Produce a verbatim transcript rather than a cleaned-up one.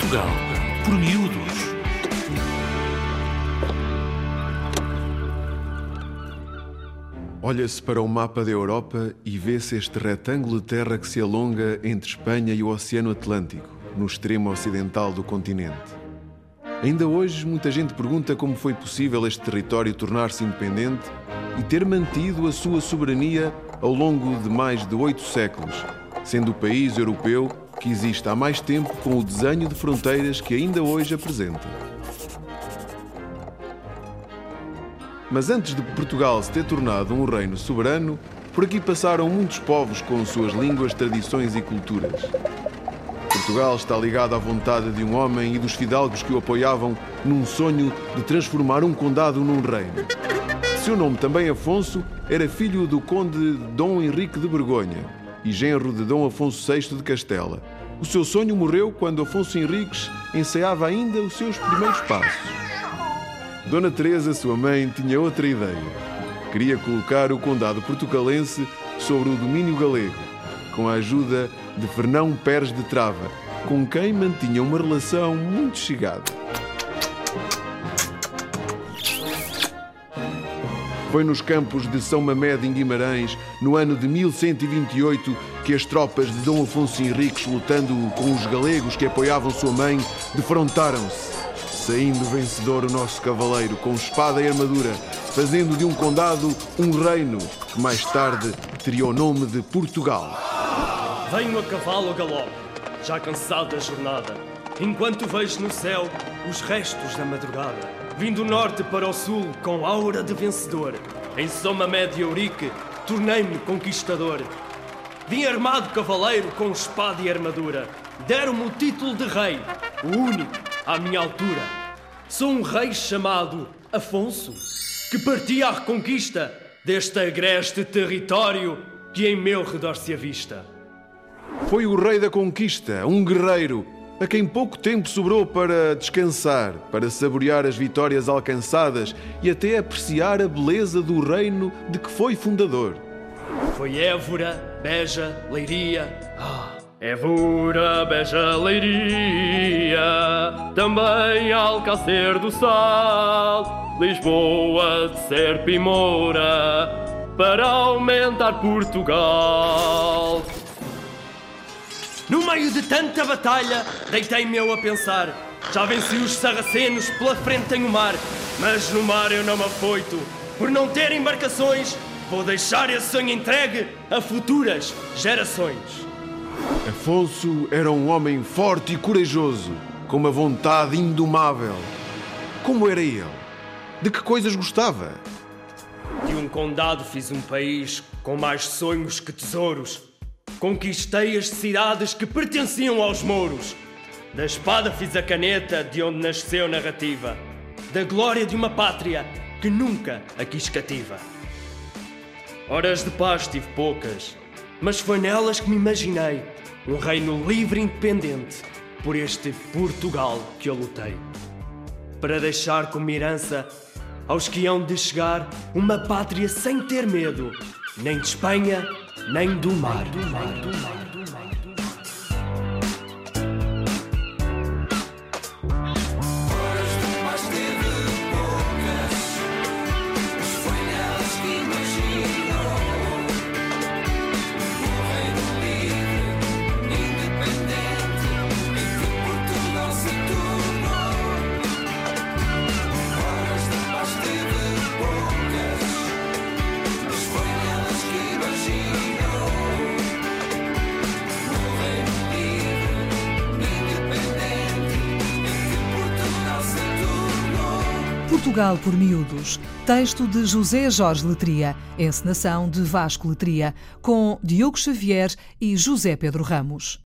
Portugal, por miúdos. Olha-se para o mapa da Europa e vê-se este retângulo de terra que se alonga entre Espanha e o Oceano Atlântico, no extremo ocidental do continente. Ainda hoje, muita gente pergunta como foi possível este território tornar-se independente e ter mantido a sua soberania ao longo de mais de oito séculos, sendo o país europeu que existe há mais tempo com o desenho de fronteiras que ainda hoje apresenta. Mas antes de Portugal se ter tornado um reino soberano, por aqui passaram muitos povos com suas línguas, tradições e culturas. Portugal está ligado à vontade de um homem e dos fidalgos que o apoiavam num sonho de transformar um condado num reino. Seu nome, também Afonso, era filho do conde Dom Henrique de Borgonha e genro de Dom Afonso sexto de Castela. O seu sonho morreu quando Afonso Henriques ensaiava ainda os seus primeiros passos. Dona Teresa, sua mãe, tinha outra ideia. Queria colocar o condado portucalense sobre o domínio galego, com a ajuda de Fernão Pérez de Trava, com quem mantinha uma relação muito chegada. Foi nos campos de São Mamede, em Guimarães, no ano de mil cento e vinte e oito, que as tropas de Dom Afonso Henriques, lutando com os galegos que apoiavam sua mãe, defrontaram-se. Saindo vencedor o nosso cavaleiro, com espada e armadura, fazendo de um condado um reino, que mais tarde teria o nome de Portugal. Venho a cavalo a galope, já cansado da jornada, enquanto vejo no céu os restos da madrugada. Vim do norte para o sul com aura de vencedor. Em São Mamede e Ourique, tornei-me conquistador. Vim armado cavaleiro com espada e armadura. Deram-me o título de rei, o único à minha altura. Sou um rei chamado Afonso, que partia à reconquista deste agreste território que em meu redor se avista. Foi o rei da conquista, um guerreiro, a quem pouco tempo sobrou para descansar, para saborear as vitórias alcançadas e até apreciar a beleza do reino de que foi fundador. Foi Évora, Beja, Leiria... Ah, Évora, Beja, Leiria, também Alcácer do Sal, Lisboa, de Serpa e Moura, para aumentar Portugal. No meio de tanta batalha, deitei-me eu a pensar. Já venci os sarracenos, pela frente tenho o mar, mas no mar eu não me afoito. Por não ter embarcações, vou deixar esse sonho entregue a futuras gerações. Afonso era um homem forte e corajoso, com uma vontade indomável. Como era ele? De que coisas gostava? De um condado fiz um país com mais sonhos que tesouros. Conquistei as cidades que pertenciam aos mouros. Da espada fiz a caneta de onde nasceu narrativa. Da glória de uma pátria que nunca a quis cativa. Horas de paz tive poucas, mas foi nelas que me imaginei um reino livre e independente por este Portugal que eu lutei. Para deixar como herança aos que hão de chegar uma pátria sem ter medo, nem de Espanha, nem do mar. Do mar, do mar, do mar. Portugal por miúdos. Texto de José Jorge Letria. Encenação de Vasco Letria. Com Diogo Xavier e José Pedro Ramos.